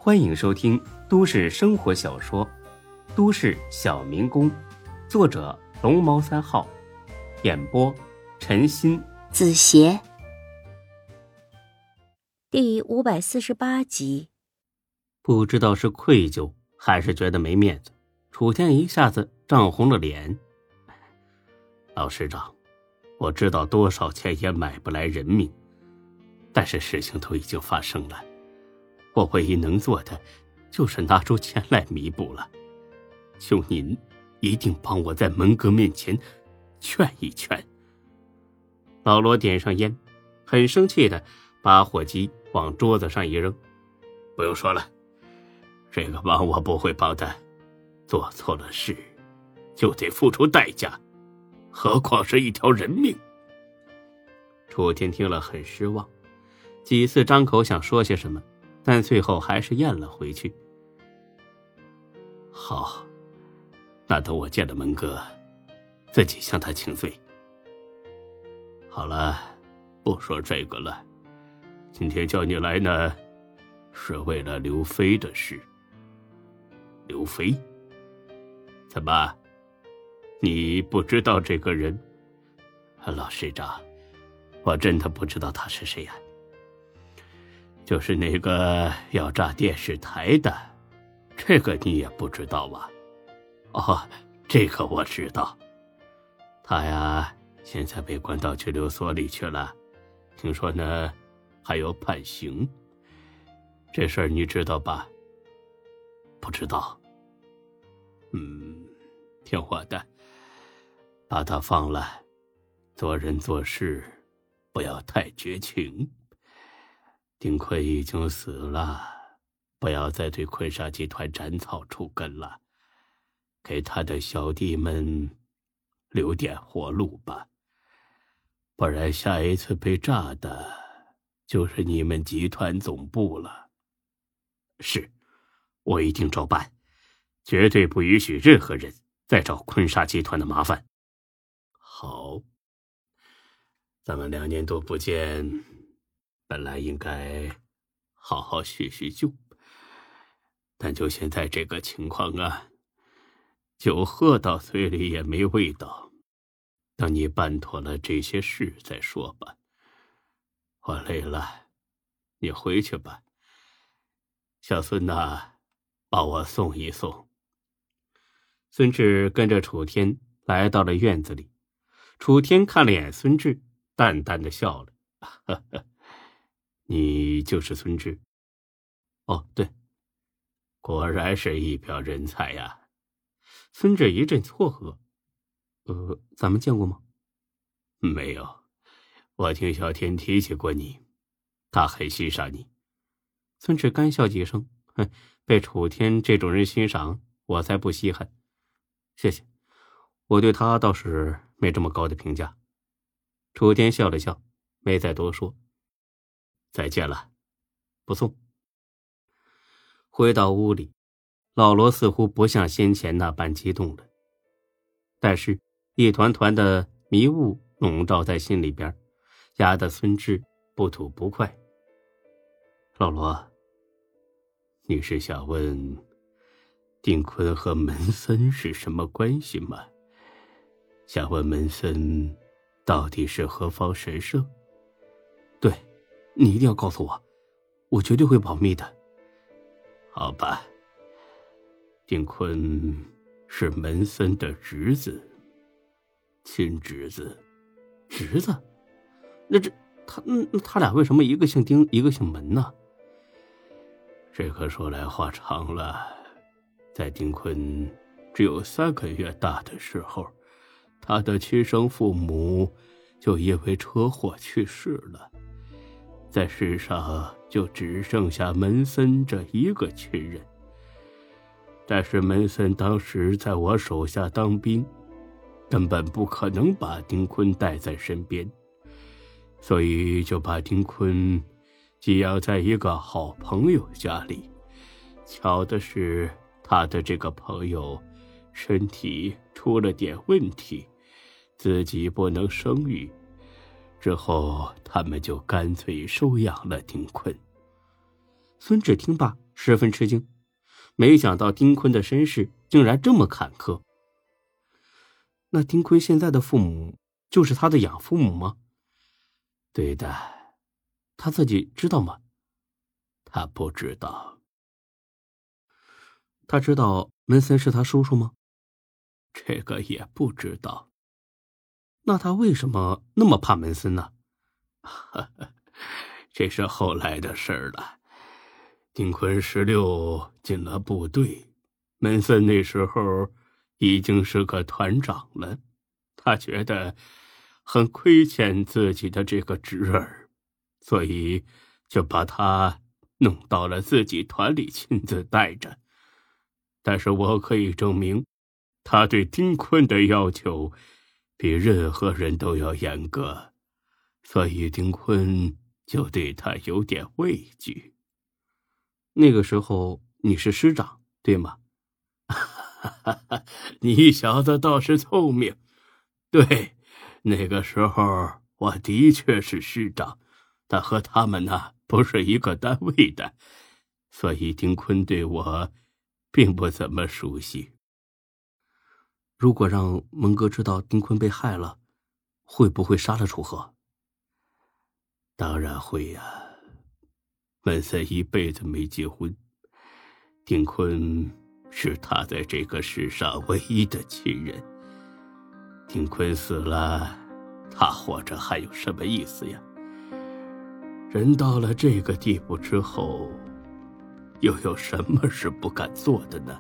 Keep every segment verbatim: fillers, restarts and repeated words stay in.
欢迎收听都市生活小说《都市小民工》，作者龙猫三号，演播陈鑫、 子邪。第五百四十八集。 不知道是愧疚还是觉得没面子，楚天一下子涨红了脸。老师长，我知道多少钱也买不来人命，但是事情都已经发生了，我唯一能做的就是拿出钱来弥补了。求您一定帮我在门哥面前劝一劝。老罗点上烟，很生气的把火机往桌子上一扔。不用说了，这个忙我不会帮的，做错了事就得付出代价，何况是一条人命。楚天听了很失望，几次张口想说些什么，但最后还是咽了回去。好，那等我见了门哥，自己向他请罪。好了，不说这个了，今天叫你来呢，是为了刘飞的事。刘飞？怎么，你不知道这个人？老师长，我真的不知道他是谁呀、啊。就是那个要炸电视台的，这个你也不知道吧？哦，这个我知道。他呀，现在被关到拘留所里去了，听说呢还有判刑。这事儿你知道吧？不知道。嗯，听我的，把他放了，做人做事不要太绝情。丁坤已经死了，不要再对坤沙集团斩草除根了，给他的小弟们留点活路吧，不然下一次被炸的就是你们集团总部了。是，我一定照办，绝对不允许任何人再找坤沙集团的麻烦。好，咱们两年多不见，本来应该好好叙叙旧，但就现在这个情况啊，酒喝到嘴里也没味道，等你办妥了这些事再说吧。我累了，你回去吧。小孙呐，帮我送一送。孙志跟着楚天来到了院子里，楚天看了眼孙志，淡淡的笑了。呵呵，你就是孙志？哦，对，果然是一表人才呀。孙志一阵错愕，呃，咱们见过吗？没有，我听小天提起过你，他很欣赏你。孙志干笑几声，哼，被楚天这种人欣赏，我才不稀罕。谢谢，我对他倒是没这么高的评价。楚天笑了笑，没再多说。再见了，不送。回到屋里，老罗似乎不像先前那般激动了，但是一团团的迷雾笼罩在心里边，压得孙志不吐不快。老罗，你是想问丁坤和门森是什么关系吗？想问门森到底是何方神圣？对，你一定要告诉我，我绝对会保密的。好吧，丁坤是门森的侄子，亲侄子。侄子？那这他那他俩为什么一个姓丁，一个姓门呢？这可说来话长了。在丁坤只有三个月大的时候，他的亲生父母就因为车祸去世了，在世上就只剩下门森这一个亲人。但是门森当时在我手下当兵，根本不可能把丁坤带在身边，所以就把丁坤寄养在一个好朋友家里。巧的是，他的这个朋友身体出了点问题，自己不能生育，之后他们就干脆收养了丁坤。孙志听罢十分吃惊，没想到丁坤的身世竟然这么坎坷。那丁坤现在的父母就是他的养父母吗？对的，他自己知道吗？他不知道。他知道门森是他叔叔吗？这个也不知道。那他为什么那么怕门森呢？这是后来的事儿了。丁坤十六进了部队，门森那时候已经是个团长了，他觉得很亏欠自己的这个侄儿，所以就把他弄到了自己团里亲自带着。但是我可以证明，他对丁坤的要求比任何人都要严格，所以丁坤就对他有点畏惧。那个时候你是师长，对吗？你小子倒是聪明。对，那个时候我的确是师长，但和他们呢不是一个单位的，所以丁坤对我并不怎么熟悉。如果让蒙哥知道丁坤被害了，会不会杀了楚河？当然会呀、啊。门森一辈子没结婚，丁坤是他在这个世上唯一的亲人。丁坤死了，他活着还有什么意思呀？人到了这个地步之后，又有什么是不敢做的呢？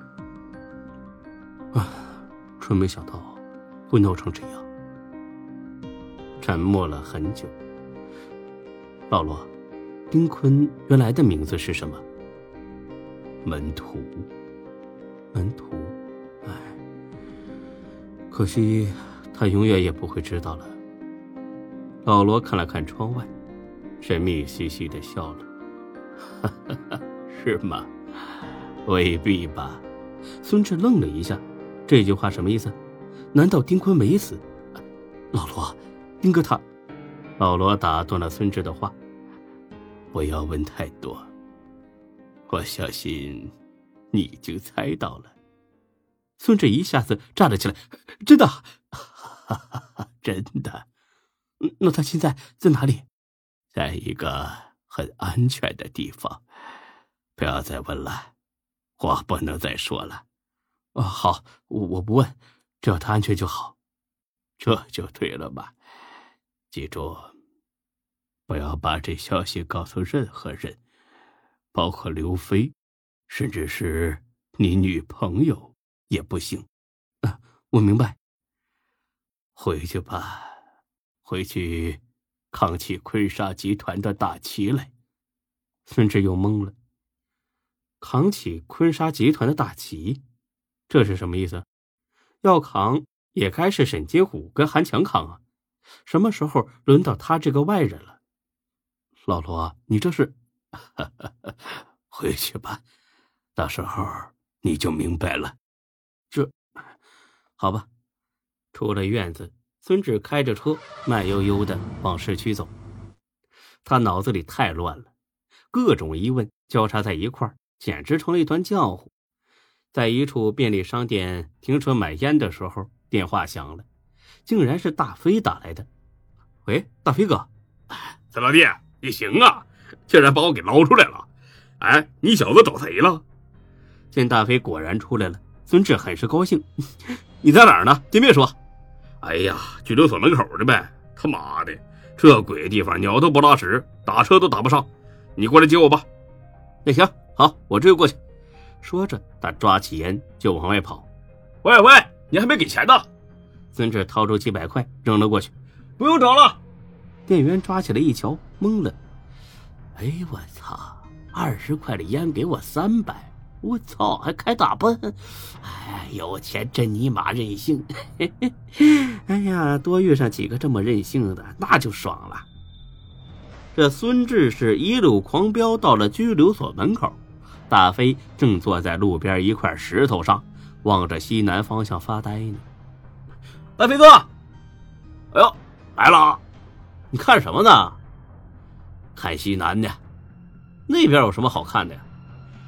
啊，真没想到会闹成这样。沉默了很久，老罗，丁坤原来的名字是什么？门徒。门徒，哎，可惜他永远也不会知道了。老罗看了看窗外，神秘兮兮地笑了。哈哈哈，是吗？未必吧。孙志愣了一下，这句话什么意思？难道丁坤没死？老罗，丁哥他……老罗打断了孙志的话。不要问太多，我相信你已经猜到了。孙志一下子站了起来，真的？真的。那他现在在哪里？在一个很安全的地方。不要再问了，我不能再说了。哦，好，我我不问，只要他安全就好。这就对了嘛。记住，不要把这消息告诉任何人，包括刘飞，甚至是你女朋友也不行。啊，我明白。回去吧，回去扛起坤沙集团的大旗来。孙志又懵了。扛起坤沙集团的大旗，这是什么意思？要扛也该是沈金虎跟韩强扛啊，什么时候轮到他这个外人了？老罗，你这是……回去吧，到时候你就明白了。这……好吧。出了院子，孙志开着车慢悠悠地往市区走。他脑子里太乱了，各种疑问交叉在一块儿，简直成了一团浆糊。在一处便利商店停车买烟的时候，电话响了，竟然是大飞打来的。喂，大飞哥。 三老弟，你行啊，竟然把我给捞出来了。哎，你小子找谁了？ 见大飞果然出来了，孙志很是高兴。你在哪儿呢？见面说。 哎呀，拘留所门口的呗。他妈的，这鬼地方鸟都不拉屎，打车都打不上。你过来接我吧。 那行，好，我这就过去。说着，他抓起烟就往外跑。 喂喂，你还没给钱呢？ 孙志掏出几百块扔了过去。 不用找了。 店员抓起来一瞧，懵了。哎，我操，二十块的烟给我三百，我操，还开大奔！哎，有钱真尼玛任性！哎呀，多遇上几个这么任性的，那就爽了。这孙志是一路狂飙到了拘留所门口，大飞正坐在路边一块石头上，望着西南方向发呆呢。大飞哥， 哎呦，来了！ 你看什么呢？看西南呢。那边有什么好看的呀？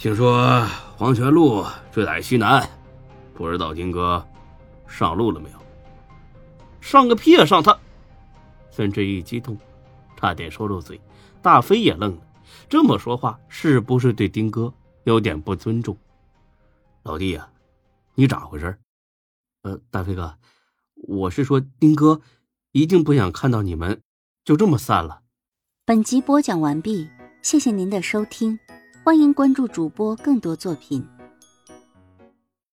听说黄泉路就在西南，不知道丁哥上路了没有？ 上个屁啊上他！孙志一激动，差点说漏嘴。大飞也愣了，这么说话是不是对丁哥有点不尊重？ 老弟呀、啊，你咋回事？ 呃，大飞哥，我是说丁哥一定不想看到你们就这么散了。 本集播讲完毕，谢谢您的收听，欢迎关注主播更多作品。